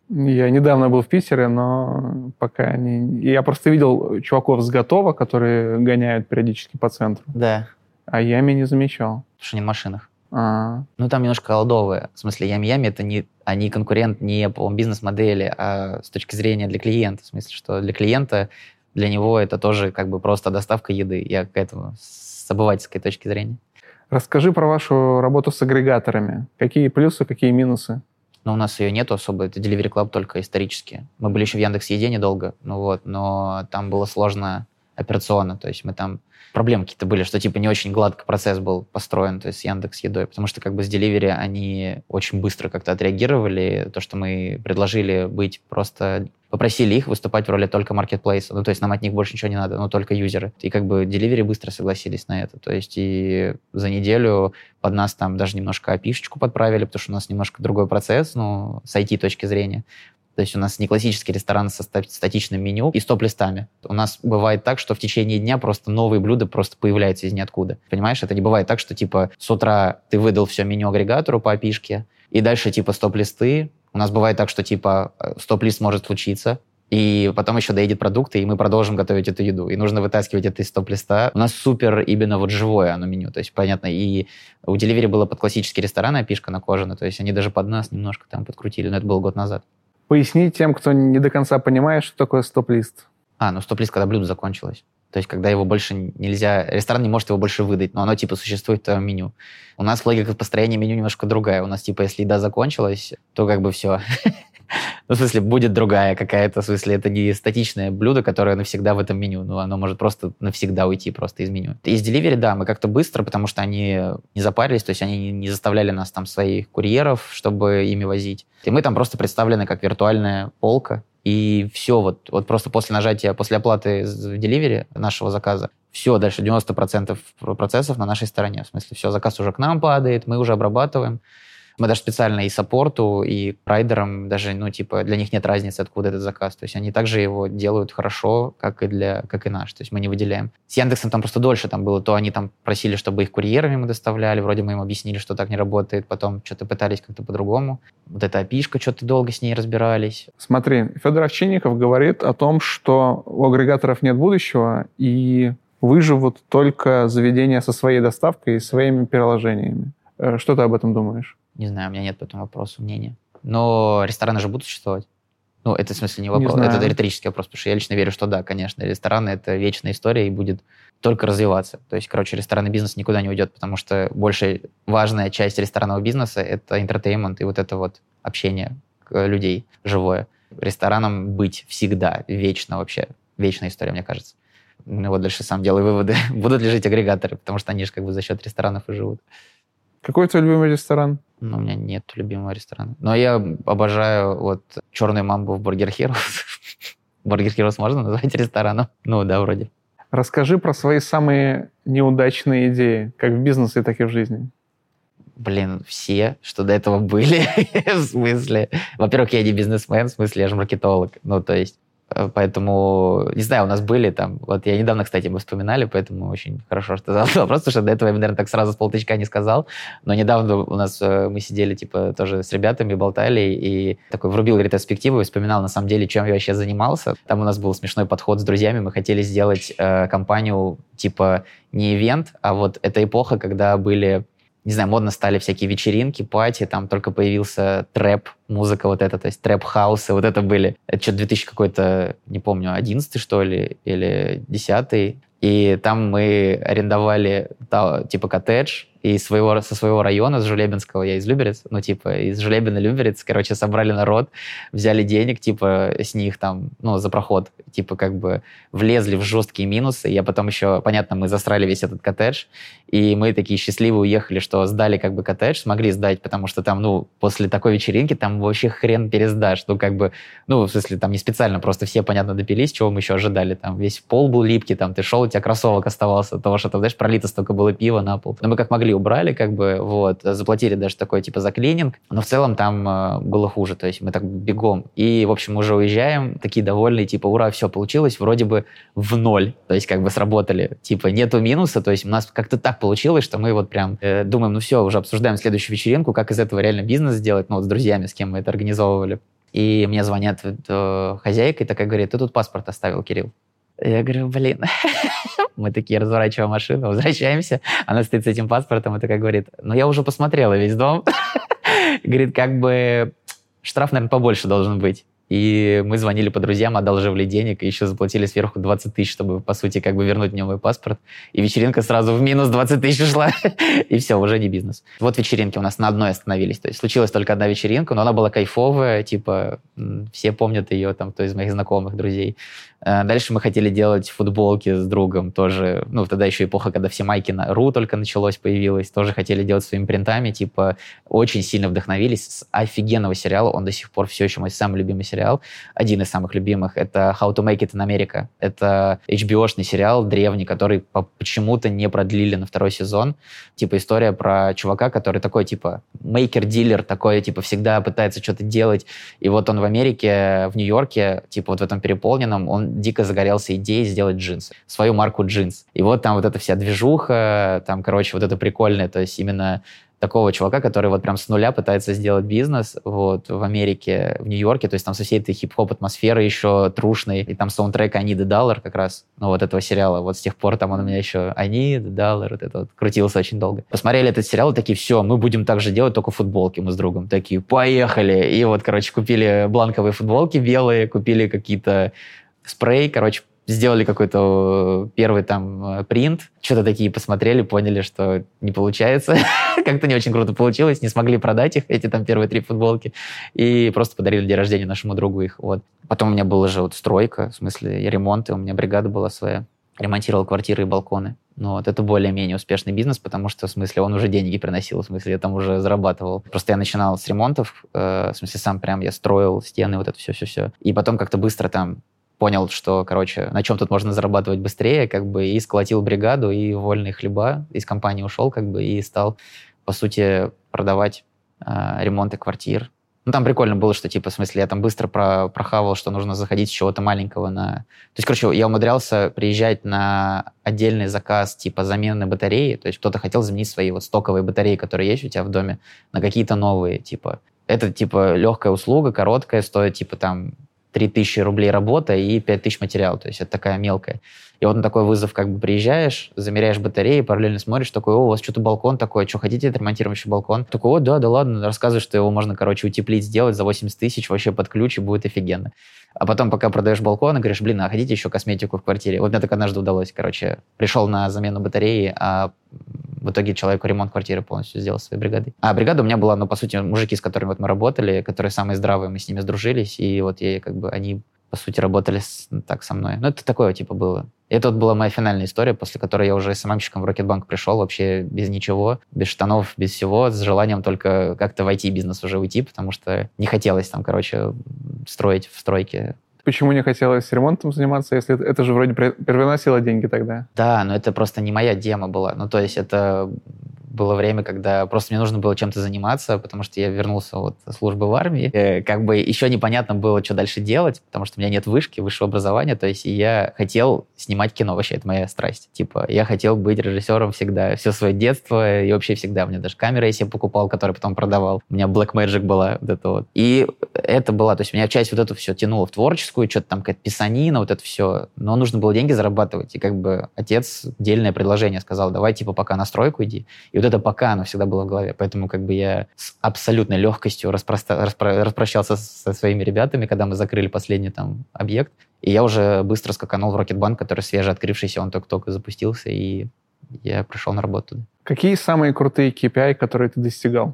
Я недавно был в Питере, но пока не... Я просто видел чуваков с готово, которые гоняют периодически по центру. Да. А Ями не замечал. Потому что они в машинах. А-а-а. Ну, там немножко олдовые. В смысле, Ями-Ями — это не, они конкурент не по бизнес-модели, а с точки зрения для клиента. В смысле, что для клиента, для него это тоже как бы просто доставка еды. Я к этому с обывательской точки зрения. Расскажи про вашу работу с агрегаторами. Какие плюсы, какие минусы? Но у нас ее нету особо, это Delivery Club только исторически. Мы были еще в Яндекс.Еде недолго, ну вот, но там было сложно операционно, то есть мы там... Проблемы какие-то были, что типа не очень гладко процесс был построен, то есть с Яндекс.Едой, потому что как бы с Delivery они очень быстро как-то отреагировали, то, что мы предложили быть просто... Попросили их выступать в роли только маркетплейса, ну то есть нам от них больше ничего не надо, ну только юзеры. И как бы Delivery быстро согласились на это, то есть и за неделю под нас там даже немножко эй пи ай-шечку подправили, потому что у нас немножко другой процесс, ну с ай ти точки зрения. То есть у нас не классический ресторан со статичным меню и стоп-листами. У нас бывает так, что в течение дня просто новые блюда просто появляются из ниоткуда. Понимаешь, это не бывает так, что типа с утра ты выдал все меню агрегатору по эй пи ай-шке, и дальше типа стоп-листы. У нас бывает так, что типа стоп-лист может случиться, и потом еще доедет продукты, и мы продолжим готовить эту еду. И нужно вытаскивать это из стоп-листа. У нас супер именно вот живое оно меню. То есть, понятно, и у Delivery было под классический ресторан эй пи ай-шка накожена, то есть они даже под нас немножко там подкрутили, но это было год назад. Поясни тем, кто не до конца понимает, что такое стоп-лист. А, ну стоп-лист, когда блюдо закончилось. То есть, когда его больше нельзя... Ресторан не может его больше выдать, но оно, типа, существует в твоем меню. У нас логика построения меню немножко другая. У нас, типа, если еда закончилась, то как бы все. Ну, в смысле, будет другая какая-то, в смысле, это не статичное блюдо, которое навсегда в этом меню, но оно может просто навсегда уйти просто из меню. Из Delivery, да, мы как-то быстро, потому что они не запарились, то есть они не заставляли нас там своих курьеров, чтобы ими возить. И мы там просто представлены как виртуальная полка, и все, вот, вот просто после нажатия, после оплаты в Delivery нашего заказа, все, дальше девяносто процентов процессов на нашей стороне. В смысле, все, заказ уже к нам падает, мы уже обрабатываем. Мы даже специально и саппорту, и райдерам даже, ну, типа, для них нет разницы, откуда этот заказ. То есть они также его делают хорошо, как и, для, как и наш. То есть мы не выделяем. С Яндексом там просто дольше там было. То они там просили, чтобы их курьерами мы доставляли. Вроде мы им объяснили, что так не работает. Потом что-то пытались как-то по-другому. Вот эта эй пи ай-шка, что-то долго с ней разбирались. Смотри, Федор Овчинников говорит о том, что у агрегаторов нет будущего, и выживут только заведения со своей доставкой и своими приложениями. Что ты об этом думаешь? Не знаю, у меня нет по этому вопросу мнения. Но рестораны же будут существовать. Ну, это в смысле не вопрос, не это риторический вопрос, потому что я лично верю, что да, конечно, рестораны — это вечная история и будет только развиваться. То есть, короче, ресторанный бизнес никуда не уйдет, потому что большая важная часть ресторанного бизнеса — это entertainment и вот это вот общение людей живое. Рестораном быть всегда, вечно вообще, вечная история, мне кажется. Ну вот дальше сам делаю выводы, будут ли жить агрегаторы, потому что они же как бы за счет ресторанов и живут. Какой твой любимый ресторан? Ну, у меня нет любимого ресторана. Но я обожаю вот черную мамбу в Бургер Хироус. Бургер Хироус можно назвать рестораном? Ну, да, вроде. Расскажи про свои самые неудачные идеи, как в бизнесе, так и в жизни. Блин, все, что до этого были. В смысле... Во-первых, я не бизнесмен, в смысле, я же маркетолог. Ну, то есть... Поэтому, не знаю, у нас были там... Вот я недавно, кстати, мы вспоминали, поэтому очень хорошо, что задал вопрос, потому что до этого я, наверное, так сразу с полточка не сказал. Но недавно у нас мы сидели, типа, тоже с ребятами, болтали, и такой врубил ретроспективу и вспоминал, на самом деле, чем я вообще занимался. Там у нас был смешной подход с друзьями. Мы хотели сделать э, компанию, типа, не ивент, а вот эта эпоха, когда были... Не знаю, модно стали всякие вечеринки, пати, там только появился трэп, музыка вот эта, то есть трэп-хаусы, вот это были. Это что-то две тысячи какой-то, не помню, одиннадцатый, что ли, или десятый. И там мы арендовали, типа, коттедж, и своего, со своего района, с Жулебинского, я из Люберец, ну, типа, из Жулебина, Люберец, короче, собрали народ, взяли денег, типа, с них там, ну, за проход, типа, как бы влезли в жесткие минусы. Я потом еще, понятно, мы засрали весь этот коттедж, и мы такие счастливые уехали, что сдали, как бы, коттедж, смогли сдать, потому что там, ну, после такой вечеринки там вообще хрен пересдашь. Ну, как бы, ну, в смысле, там не специально, просто все, понятно, допились, чего мы еще ожидали. Там весь пол был липкий, там ты шел, у тебя тебя кроссовок оставался от того, что там, знаешь, пролито столько было пива на пол. Но мы как могли убрали, как бы, вот, заплатили даже такой, типа, за клининг, но в целом там э, было хуже, то есть мы так бегом. И, в общем, мы уже уезжаем, такие довольные, типа, ура, все получилось, вроде бы в ноль, то есть как бы сработали, типа, нету минуса, то есть у нас как-то так получилось, что мы вот прям э, думаем, ну все, уже обсуждаем следующую вечеринку, как из этого реально бизнес сделать, ну вот с друзьями, с кем мы это организовывали. И мне звонят э, хозяйка и такая говорит, ты тут паспорт оставил, Кирилл. Я говорю, блин. Мы такие разворачиваем машину, возвращаемся. Она стоит с этим паспортом и такая говорит, ну я уже посмотрела весь дом. Говорит, как бы штраф, наверное, побольше должен быть. И мы звонили по друзьям, одалживали денег, и еще заплатили сверху двадцать тысяч, чтобы, по сути, как бы вернуть мне мой паспорт. И вечеринка сразу в минус двадцать тысяч ушла. И все, уже не бизнес. Вот вечеринки у нас на одной остановились. То есть случилась только одна вечеринка, но она была кайфовая, типа, все помнят ее, там, кто из моих знакомых, друзей. Дальше мы хотели делать футболки с другом тоже. Ну, тогда еще эпоха, когда все майки на РУ только началось, появилось. Тоже хотели делать своими принтами. Типа, очень сильно вдохновились с офигенного сериала. Он до сих пор все еще мой самый любимый сериал. Один из самых любимых. Это How to Make It in America. Это эйч би о-шный сериал древний, который почему-то не продлили на второй сезон. Типа, история про чувака, который такой, типа, мейкер-дилер, такой, типа, всегда пытается что-то делать. И вот он в Америке, в Нью-Йорке, типа, вот в этом переполненном, он дико загорелся идеей сделать джинсы, свою марку джинс. И вот там вот эта вся движуха, там, короче, вот это прикольное, то есть именно такого чувака, который вот прям с нуля пытается сделать бизнес вот в Америке, в Нью-Йорке, то есть там со всей этой хип-хоп атмосферой еще трушной, и там саундтрек «I Need a Dollar» как раз, ну вот этого сериала, вот с тех пор там он у меня еще «I Need a Dollar», вот это вот крутился очень долго. Посмотрели этот сериал и такие, все, мы будем так же делать, только футболки мы с другом. Такие, поехали! И вот, короче, купили бланковые футболки белые, купили какие-то спрей, короче, сделали какой-то первый там принт, что-то такие посмотрели, поняли, что не получается, как-то не очень круто получилось, не смогли продать их, эти там первые три футболки, и просто подарили день рождения нашему другу их, вот. Потом у меня была же вот стройка, в смысле ремонты, у меня бригада была своя, ремонтировал квартиры и балконы. Ну, вот это более-менее успешный бизнес, потому что, в смысле, он уже деньги приносил, в смысле, я там уже зарабатывал. Просто я начинал с ремонтов, э, в смысле, сам прям я строил стены, вот это все-все-все. И потом как-то быстро там понял, что, короче, на чем тут можно зарабатывать быстрее, как бы, и сколотил бригаду, и вольные хлеба, из компании ушел, как бы, и стал, по сути, продавать э, ремонты квартир. Ну, там прикольно было, что, типа, в смысле, я там быстро про, прохавал, что нужно заходить с чего-то маленького на... То есть, короче, я умудрялся приезжать на отдельный заказ, типа, замены батареи, то есть кто-то хотел заменить свои вот стоковые батареи, которые есть у тебя в доме, на какие-то новые, типа. Это, типа, легкая услуга, короткая, стоит, типа, там, три тысячи рублей работа и пять тысяч материал, то есть это такая мелкая. И вот на такой вызов как бы приезжаешь, замеряешь батареи, параллельно смотришь, такой, о, у вас что-то балкон такой, что, хотите отремонтировать еще балкон? Такой, о, да, да ладно, рассказываешь, что его можно, короче, утеплить, сделать за восемьдесят тысяч вообще под ключ, и будет офигенно. А потом, пока продаешь балкон, говоришь, блин, а хотите еще косметику в квартире? Вот мне так однажды удалось, короче, пришел на замену батареи, а в итоге человеку ремонт квартиры полностью сделал своей бригадой. А бригада у меня была, ну, по сути, мужики, с которыми вот мы работали, которые самые здравые, мы с ними сдружились, и вот я, как бы, они, по сути, работали с, ну, так со мной. Ну, это такое, типа, было. И это вот была моя финальная история, после которой я уже СММщиком в Рокетбанк пришел, вообще без ничего, без штанов, без всего, с желанием только как-то в ай ти-бизнес уже уйти, потому что не хотелось там, короче, строить в стройке. Почему не хотелось ремонтом заниматься, если это, это же вроде приносило деньги тогда? Да, но это просто не моя тема была. Ну, то есть это было время, когда просто мне нужно было чем-то заниматься, потому что я вернулся вот со службы в армии. Э, как бы еще непонятно было, что дальше делать, потому что у меня нет вышки, высшего образования, то есть и я хотел снимать кино, вообще, это моя страсть. Типа, я хотел быть режиссером всегда, все свое детство, и вообще всегда. У меня даже камеры я себе покупал, которые потом продавал. У меня Blackmagic была вот это вот. И это была, то есть меня часть вот эту все тянула в творческую, что-то там какая-то писанина, вот это все. Но нужно было деньги зарабатывать. И как бы отец дельное предложение сказал, давай типа пока на стройку иди. И вот это пока, оно всегда было в голове. Поэтому как бы я с абсолютной легкостью распроста... распро... распрощался со своими ребятами, когда мы закрыли последний там объект. И я уже быстро скаканул в Рокетбанк, который свежеоткрывшийся, он только-только запустился, и я пришел на работу. Какие самые крутые кей пи ай, которые ты достигал?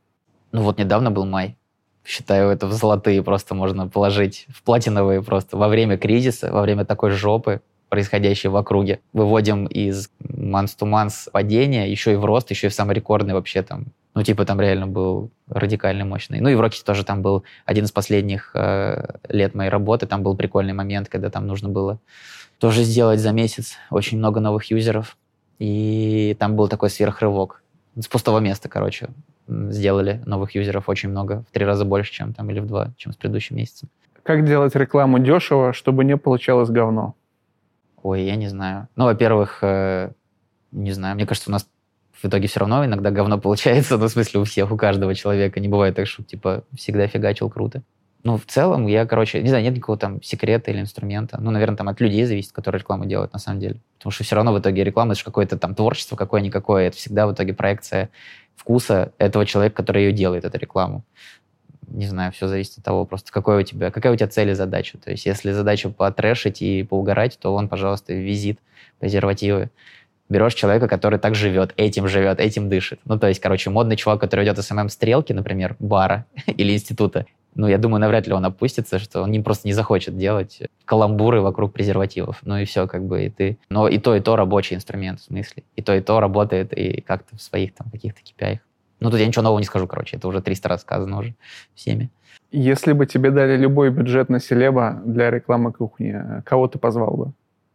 Ну вот недавно был май. Считаю, это в золотые просто можно положить, в платиновые просто. Во время кризиса, во время такой жопы, происходящей в округе, выводим из month-to-month падения еще и в рост, еще и в самый рекордный вообще там Ну, типа, там реально был радикально мощный. Ну, и в Рокете тоже там был один из последних э, лет моей работы. Там был прикольный момент, когда там нужно было тоже сделать за месяц очень много новых юзеров. И там был такой сверхрывок. С пустого места, короче, сделали новых юзеров очень много. В три раза больше, чем там, или в два, чем с предыдущим месяцем. Как делать рекламу дешево, чтобы не получалось говно? Ой, я не знаю. Ну, во-первых, э, не знаю, мне кажется, у нас в итоге все равно иногда говно получается, ну, в смысле, у всех, у каждого человека. Не бывает так, что, типа, всегда фигачил круто. Ну, в целом, я, короче, не знаю, нет никакого там секрета или инструмента. Ну, наверное, там от людей зависит, которые рекламу делают, на самом деле. Потому что все равно в итоге реклама — это же какое-то там творчество какое-никакое. Это всегда в итоге проекция вкуса этого человека, который ее делает, эту рекламу. Не знаю, все зависит от того, просто какой у тебя, какая у тебя цель и задача. То есть если задача потрэшить и поугарать, то вон, пожалуйста, визит, презервативы. Берешь человека, который так живет, этим живет, этим дышит. Ну, то есть, короче, модный чувак, который ведет эс эм эм-стрелки, например, бара или института, ну, я думаю, навряд ли он опустится, что он не, просто не захочет делать каламбуры вокруг презервативов. Ну, и все, как бы, и ты... Но и то, и то рабочий инструмент, в смысле. И то, и то работает, и как-то в своих там каких-то кей пи ай. Ну, тут я ничего нового не скажу, короче, это уже триста раз сказано уже всеми. Если бы тебе дали любой бюджет на селеба для рекламы кухни, кого ты позвал бы?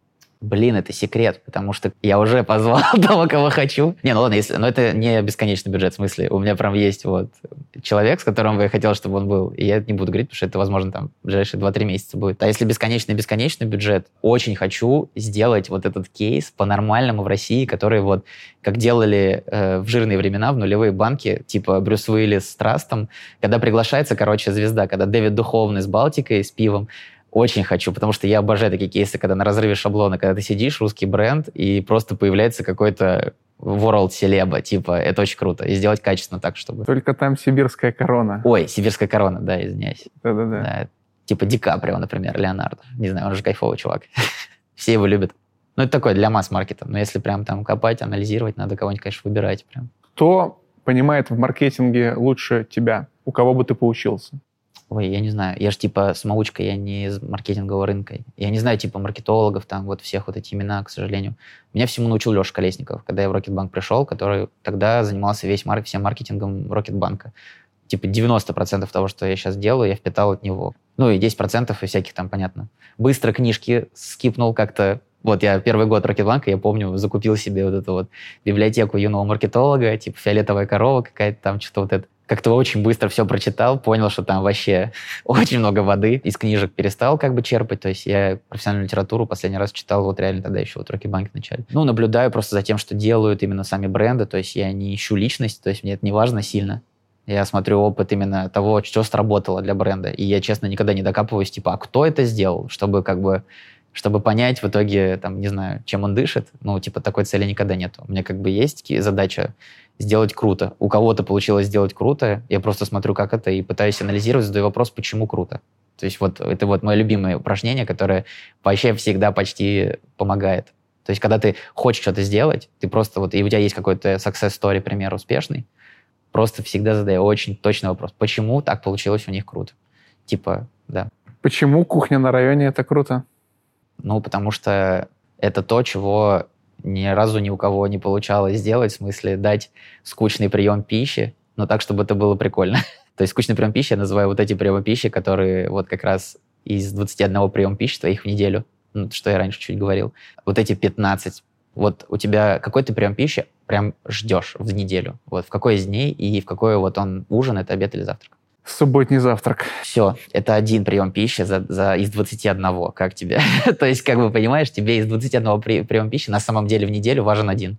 Блин, это секрет, потому что я уже позвал того, кого хочу. Не, ну ладно, если, но это не бесконечный бюджет, в смысле, у меня прям есть вот человек, с которым бы я хотел, чтобы он был, и я это не буду говорить, потому что это, возможно, там в ближайшие два-три месяца будет. А если бесконечный-бесконечный бюджет, очень хочу сделать вот этот кейс по-нормальному в России, который вот, как делали э, в жирные времена, в нулевые банки, типа Брюс Уиллис с Трастом, когда приглашается, короче, звезда, когда Дэвид Духовный с Балтикой, с пивом. Очень хочу, потому что я обожаю такие кейсы, когда на разрыве шаблона, когда ты сидишь, русский бренд, и просто появляется какой-то world селеба, типа, это очень круто. И сделать качественно так, чтобы... Только там сибирская корона. Ой, сибирская корона, да, извиняюсь. Да-да-да. Да, типа Ди Каприо, например, Леонардо. Не знаю, он же кайфовый чувак. Все его любят. Ну, это такое для масс-маркета. Но если прям там копать, анализировать, надо кого-нибудь, конечно, выбирать прям. Кто понимает в маркетинге лучше тебя? У кого бы ты поучился? Ой, я не знаю, я же типа самоучка, я не из маркетингового рынка. Я не знаю типа маркетологов, там вот всех вот эти имена, к сожалению. Меня всему научил Леша Колесников, когда я в Рокетбанк пришел, который тогда занимался весь марк- всем маркетингом Рокетбанка. Типа девяносто процентов того, что я сейчас делаю, я впитал от него. Ну и десять процентов и всяких там, понятно. Быстро книжки скипнул как-то. Вот я первый год Рокетбанка, я помню, закупил себе вот эту вот библиотеку юного маркетолога, типа «Фиолетовая корова» какая-то там, что-то вот это. Как-то очень быстро все прочитал, понял, что там вообще очень много воды. Из книжек перестал как бы черпать. То есть я профессиональную литературу последний раз читал вот реально тогда еще вот Рокетбанк в начале. Ну, наблюдаю просто за тем, что делают именно сами бренды. То есть я не ищу личность, то есть мне это не важно сильно. Я смотрю опыт именно того, что сработало для бренда. И я, честно, никогда не докапываюсь, типа, а кто это сделал? Чтобы как бы... чтобы понять в итоге, там, не знаю, чем он дышит. Ну, типа, такой цели никогда нету. У меня как бы есть задача сделать круто. У кого-то получилось сделать круто, я просто смотрю, как это, и пытаюсь анализировать, задаю вопрос, почему круто. То есть вот это вот мое любимое упражнение, которое вообще всегда почти помогает. То есть когда ты хочешь что-то сделать, ты просто вот, и у тебя есть какой-то success story, пример успешный, просто всегда задай очень точный вопрос. Почему так получилось у них круто? Типа, да. Почему кухня на районе — это круто? Ну, потому что это то, чего ни разу ни у кого не получалось сделать, в смысле дать скучный прием пищи, но так, чтобы это было прикольно. То есть скучный прием пищи я называю вот эти приемы пищи, которые вот как раз из двадцати одного приема пищи твоих в неделю, ну, что я раньше чуть говорил, вот эти пятнадцать. Вот у тебя какой ты прием пищи прям ждешь в неделю? Вот в какой из дней и в какой вот он ужин, это обед или завтрак? Субботний завтрак. Все, это один прием пищи за, за, из двадцати одного. Как тебе? То есть, как бы, понимаешь, тебе из двадцати одного при, приема пищи на самом деле в неделю важен один.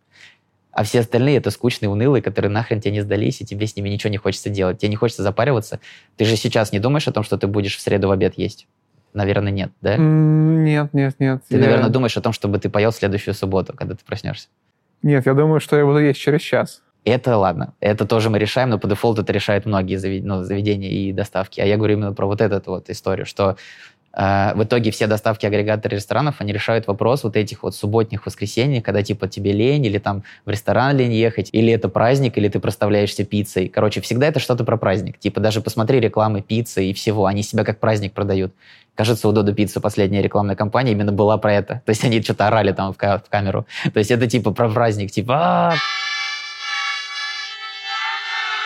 А все остальные — это скучные, унылые, которые нахрен тебе не сдались, и тебе с ними ничего не хочется делать. Тебе не хочется запариваться. Ты же сейчас не думаешь о том, что ты будешь в среду в обед есть? Наверное, нет, да? Нет, нет, нет. Ты, я... наверное, думаешь о том, чтобы ты поел в следующую субботу, когда ты проснешься. Нет, я думаю, что я буду есть через час. Это ладно. Это тоже мы решаем, но по дефолту это решают многие завед... ну, заведения и доставки. А я говорю именно про вот эту вот историю, что э, в итоге все доставки, агрегаторы ресторанов, они решают вопрос вот этих вот субботних воскресений, когда типа тебе лень, или там в ресторан лень ехать, или это праздник, или ты проставляешься пиццей. Короче, всегда это что-то про праздник. Типа даже посмотри рекламы пиццы и всего, они себя как праздник продают. Кажется, у Додо Пицца последняя рекламная кампания именно была про это. То есть они что-то орали там в, ка- в камеру. То есть это типа про праздник, типа...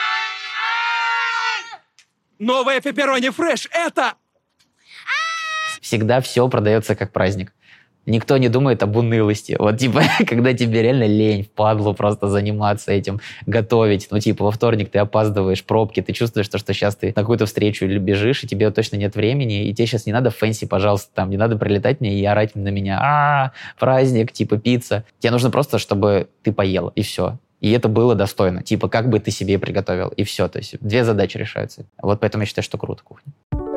Новая пепперони фреш, это... Всегда все продается как праздник. Никто не думает об унылости. Вот, типа, когда тебе реально лень, впадлу просто заниматься этим, готовить. Ну, типа, во вторник ты опаздываешь, пробки, ты чувствуешь, то, что сейчас ты на какую-то встречу или бежишь, и тебе точно нет времени, и тебе сейчас не надо фэнси, пожалуйста, там, не надо прилетать мне и орать на меня. А, праздник, типа, пицца. Тебе нужно просто, чтобы ты поел, и все. И это было достойно. Типа, как бы ты себе приготовил, и все. То есть две задачи решаются. Вот поэтому я считаю, что круто кухня.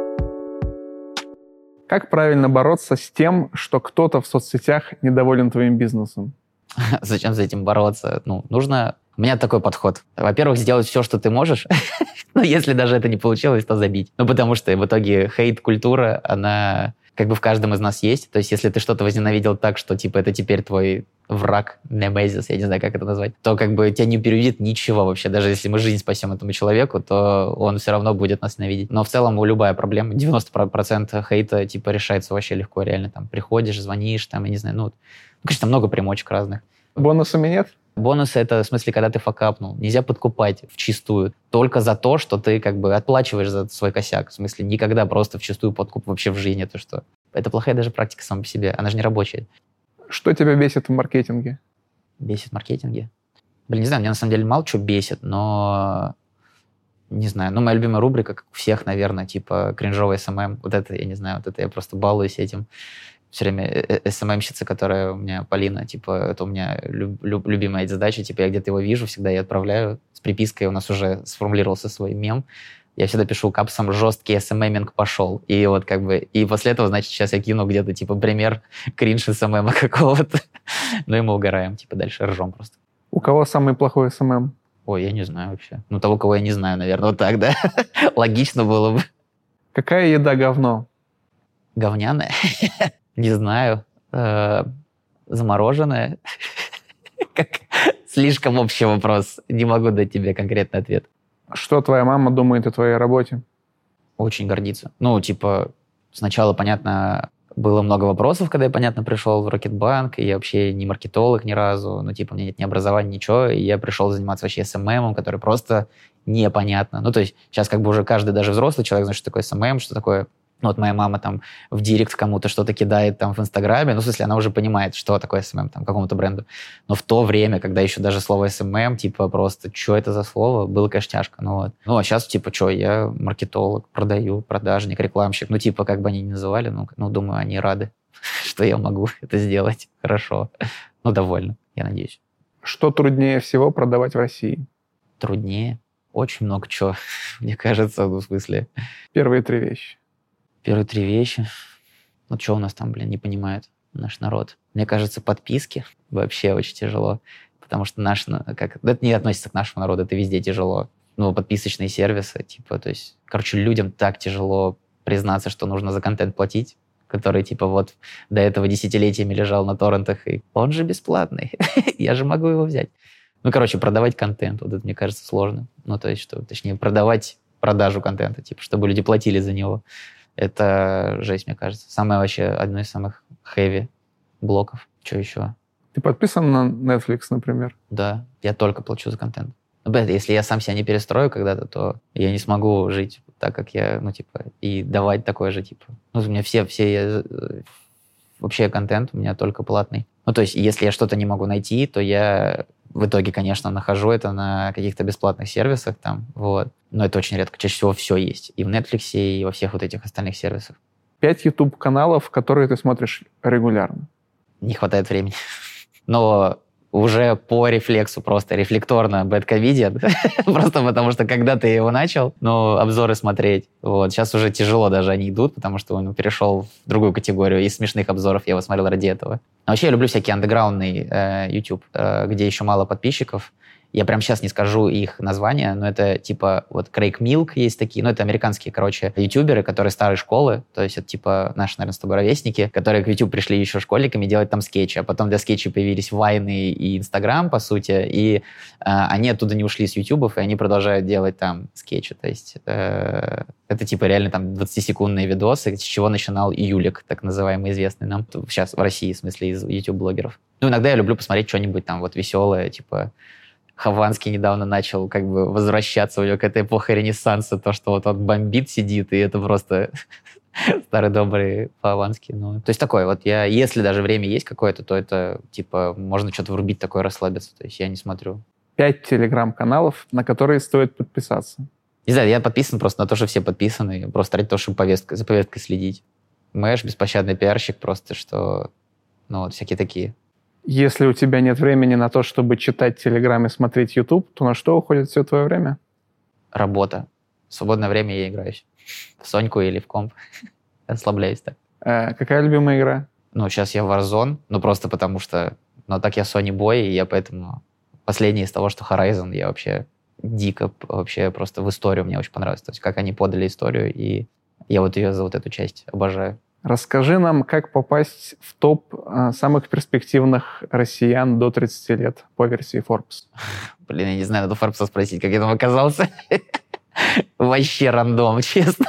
Как правильно бороться с тем, что кто-то в соцсетях недоволен твоим бизнесом? Зачем за этим бороться? Ну, нужно... У меня такой подход. Во-первых, сделать все, что ты можешь. Но если даже это не получилось, то забить. Ну, потому что в итоге хейт-культура, она как бы в каждом из нас есть. То есть если ты что-то возненавидел так, что типа это теперь твой враг, немезис, я не знаю, как это назвать, то как бы тебя не переубедит ничего вообще. Даже если мы жизнь спасем этому человеку, то он все равно будет нас ненавидеть. Но в целом у любая проблема, девяносто процентов хейта типа решается вообще легко, реально. Там приходишь, звонишь, там, я не знаю, ну, ну конечно, много примочек разных. Бонусами нет? Бонусы — это в смысле, когда ты факапнул. Нельзя подкупать вчистую. Только за то, что ты как бы отплачиваешь за свой косяк. В смысле, никогда просто вчистую подкуп вообще в жизни. То что это плохая даже практика сама по себе. Она же не рабочая. Что тебя бесит в маркетинге? Бесит в маркетинге? Блин, не знаю, меня на самом деле мало что бесит, но... Не знаю. Ну, моя любимая рубрика, как у всех, наверное, типа кринжовый эс эм эм. Вот это, я не знаю, вот это я просто балуюсь этим. Все время эс эм эм-щица, которая у меня, Полина, типа, это у меня люб, люб, любимая задача, типа, я где-то его вижу, всегда ее отправляю с припиской, у нас уже сформулировался свой мем, я всегда пишу капсом «жесткий эс эм эм-инг пошел», и вот как бы, и после этого, значит, сейчас я кину где-то, типа, пример кринж эс эм эм какого-то, ну и мы угораем, типа, дальше ржем просто. У кого самый плохой эс эм эм? Ой, я не знаю вообще. Ну, того, кого я не знаю, наверное, вот так, да? Логично было бы. Какая еда говно? Говняная? Не знаю. Э, замороженное. Слишком общий вопрос. Не могу дать тебе конкретный ответ. Что твоя мама думает о твоей работе? Очень гордится. Ну, типа, сначала, понятно, было много вопросов, когда я, понятно, пришел в Рокетбанк, и я вообще не маркетолог ни разу, ну, типа, у меня нет ни образования, ничего, и я пришел заниматься вообще эс эм эм, который просто непонятно. Ну, то есть сейчас как бы уже каждый, даже взрослый человек знает, что такое эс эм эм, что такое... Ну, вот моя мама там в директ кому-то что-то кидает там в Инстаграме, ну, в смысле, она уже понимает, что такое эс эм эм, там, какому-то бренду. Но в то время, когда еще даже слово эс эм эм, типа, просто, что это за слово, было, конечно, тяжко. Ну, вот. Ну, а сейчас, типа, что, я маркетолог, продаю, продажник, рекламщик. Ну, типа, как бы они ни называли, ну, ну думаю, они рады, что я могу это сделать хорошо. Ну, довольно, я надеюсь. Что труднее всего продавать в России? Труднее? Очень много чего, мне кажется, ну, в смысле. Первые три вещи. Первые три вещи. Ну, что у нас там, блин, не понимает наш народ? Мне кажется, подписки вообще очень тяжело, потому что наш, как, это не относится к нашему народу, это везде тяжело. Ну, подписочные сервисы, типа, то есть, короче, людям так тяжело признаться, что нужно за контент платить, который, типа, вот до этого десятилетиями лежал на торрентах, и он же бесплатный, я же могу его взять. Ну, короче, продавать контент, вот это, мне кажется, сложно. Ну, то есть, что, точнее, продавать продажу контента, типа, чтобы люди платили за него. Это жесть, мне кажется. Самое вообще, одно из самых heavy блоков. Что еще? Ты подписан на Netflix, например? Да, я только плачу за контент. Ну, блядь, если я сам себя не перестрою когда-то, то я не смогу жить так, как я, ну, типа, и давать такое же, типа. Ну, у меня все, все, вообще контент у меня только платный. Ну, то есть, если я что-то не могу найти, то я в итоге, конечно, нахожу это на каких-то бесплатных сервисах там, вот. Но это очень редко. Чаще всего все есть. И в Netflix, и во всех вот этих остальных сервисах. Пять YouTube-каналов, которые ты смотришь регулярно. Не хватает времени. Но уже по рефлексу просто, рефлекторно бэдковиден. Просто потому что когда-то я его начал, ну, обзоры смотреть. Вот. Сейчас уже тяжело даже они идут, потому что он перешел в другую категорию. Из смешных обзоров я его смотрел ради этого. Но вообще я люблю всякий андеграундный э, YouTube, э, где еще мало подписчиков. Я прямо сейчас не скажу их названия, но это типа вот Крейг Милк есть такие, ну это американские, короче, ютуберы, которые старой школы, то есть это типа наши, наверное, с тобой ровесники, которые к YouTube пришли еще школьниками делать там скетчи, а потом для скетчей появились Вайны и Инстаграм, по сути, и э, они оттуда не ушли с Ютубов, и они продолжают делать там скетчи, то есть э, это типа реально там двадцатисекундные видосы, с чего начинал Юлик, так называемый, известный нам сейчас в России, в смысле из YouTube-блогеров. Ну иногда я люблю посмотреть что-нибудь там вот веселое, типа Хованский недавно начал как бы возвращаться, у него какая-то эпоха Ренессанса, то, что вот он бомбит, сидит, и это просто старый добрый Хованский. Ну, то есть такое вот, я, если даже время есть какое-то, то это, типа, можно что-то врубить такое, расслабиться, то есть я не смотрю. Пять телеграм-каналов, на которые стоит подписаться. Не знаю, я подписан просто на то, что все подписаны, просто ради того, чтобы повестка, за повесткой следить. Мэш, беспощадный пиарщик просто, что, ну, вот всякие такие. Если у тебя нет времени на то, чтобы читать Телеграм и смотреть YouTube, то на что уходит все твое время? Работа. В свободное время я играюсь. В Соньку или в комп. Расслабляюсь так. Э, какая любимая игра? Ну, сейчас я в Warzone, ну, просто потому что... Ну, так я Sony Boy, и я поэтому... Последний из того, что Horizon, я вообще дико, вообще просто в историю мне очень понравилось. То есть, как они подали историю, и я вот ее за вот эту часть обожаю. Расскажи нам, как попасть в топ э, самых перспективных россиян до тридцати лет по версии Forbes. Блин, я не знаю, надо Forbes спросить, как я там оказался. Вообще рандом, честно.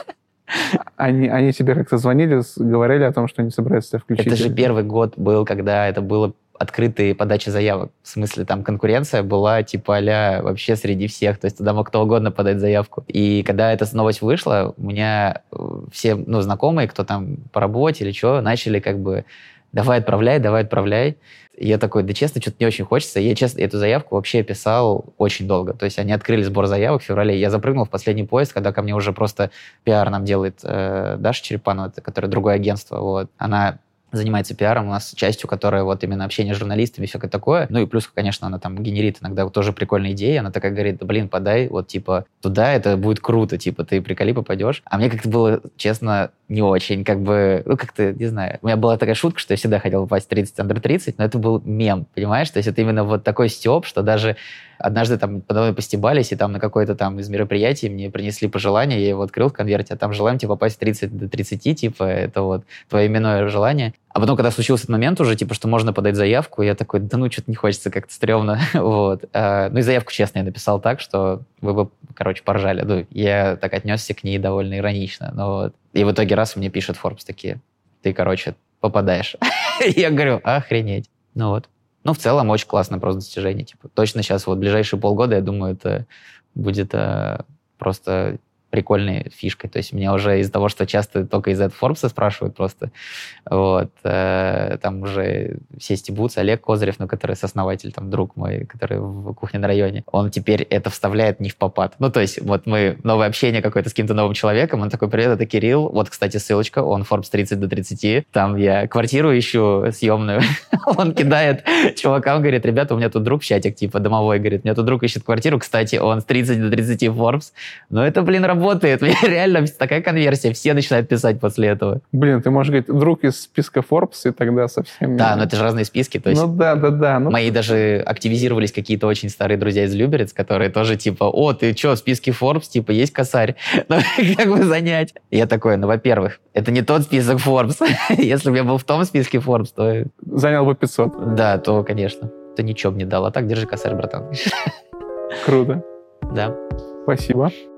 Они, они тебе как-то звонили, говорили о том, что они собираются тебя включить? Это же первый год был, когда это было открытые подачи заявок. В смысле, там конкуренция была типа а-ля вообще среди всех. То есть туда мог кто угодно подать заявку. И когда эта новость вышла, у меня все, ну, знакомые, кто там по работе или что, начали как бы давай отправляй, давай отправляй. И я такой, да честно, что-то не очень хочется. Я, честно, эту заявку вообще писал очень долго. То есть они открыли сбор заявок в феврале. Я запрыгнул в последний поезд, когда ко мне уже просто пиар нам делает э, Даша Черепанова, которая другое агентство. Вот. Она занимается пиаром у нас частью, которая вот именно общение с журналистами и всякое такое. Ну и плюс, конечно, она там генерит иногда вот тоже прикольные идеи. Она такая говорит, да блин, подай вот типа туда, это будет круто, типа ты приколи, попадешь. А мне как-то было, честно, не очень, как бы, ну как-то, не знаю. У меня была такая шутка, что я всегда хотел попасть в тридцать андер тридцать, но это был мем, понимаешь? То есть это именно вот такой стёб, что даже однажды там подо мной постебались, и там на какое-то там из мероприятий мне принесли пожелание, я его открыл в конверте, а там желаем тебе попасть в тридцать до тридцати, типа, это вот твое именное желание. А потом, когда случился этот момент уже, типа, что можно подать заявку, я такой, да ну, что-то не хочется, как-то стрёмно, вот. А, ну и заявку, честно, я написал так, что вы бы, короче, поржали. Ну, я так отнесся к ней довольно иронично, ну вот. И в итоге раз мне пишет Forbes такие, ты, короче, попадаешь. Я говорю, охренеть. Ну вот. Ну, в целом, очень классное просто достижение. Типа, точно сейчас, вот, ближайшие полгода, я думаю, это будет э, просто прикольной фишкой. То есть меня уже из-за того, что часто только из-за Forbes спрашивают просто, вот, э, там уже все стебутся. Олег Козырев, ну, который сооснователь, там, друг мой, который в кухне на районе, он теперь это вставляет не в попад. Ну, то есть вот мы, новое общение какое-то с каким-то новым человеком, он такой, привет, это Кирилл, вот, кстати, ссылочка, он Forbes тридцать до тридцати, там я квартиру ищу съемную, он кидает чувакам, говорит, ребята, у меня тут друг в чатик, типа, домовой, говорит, у меня тут друг ищет квартиру, кстати, он с тридцати до тридцати Forbes, ну, это, блин, работает. Реально такая конверсия. Все начинают писать после этого. Блин, ты можешь говорить, друг из списка Forbes, и тогда совсем... Да, но это же разные списки. То есть ну да, да, да. Ну... Мои даже активизировались какие-то очень старые друзья из Люберец, которые тоже типа, о, ты что, в списке Forbes, типа, есть косарь? Ну, как бы занять? Я такой, ну, во-первых, это не тот список Forbes. Если бы я был в том списке Forbes, то... Занял бы пятьсот. Да, то, конечно. То ничего бы не дал. А так, держи косарь, братан. Круто. Да. Спасибо.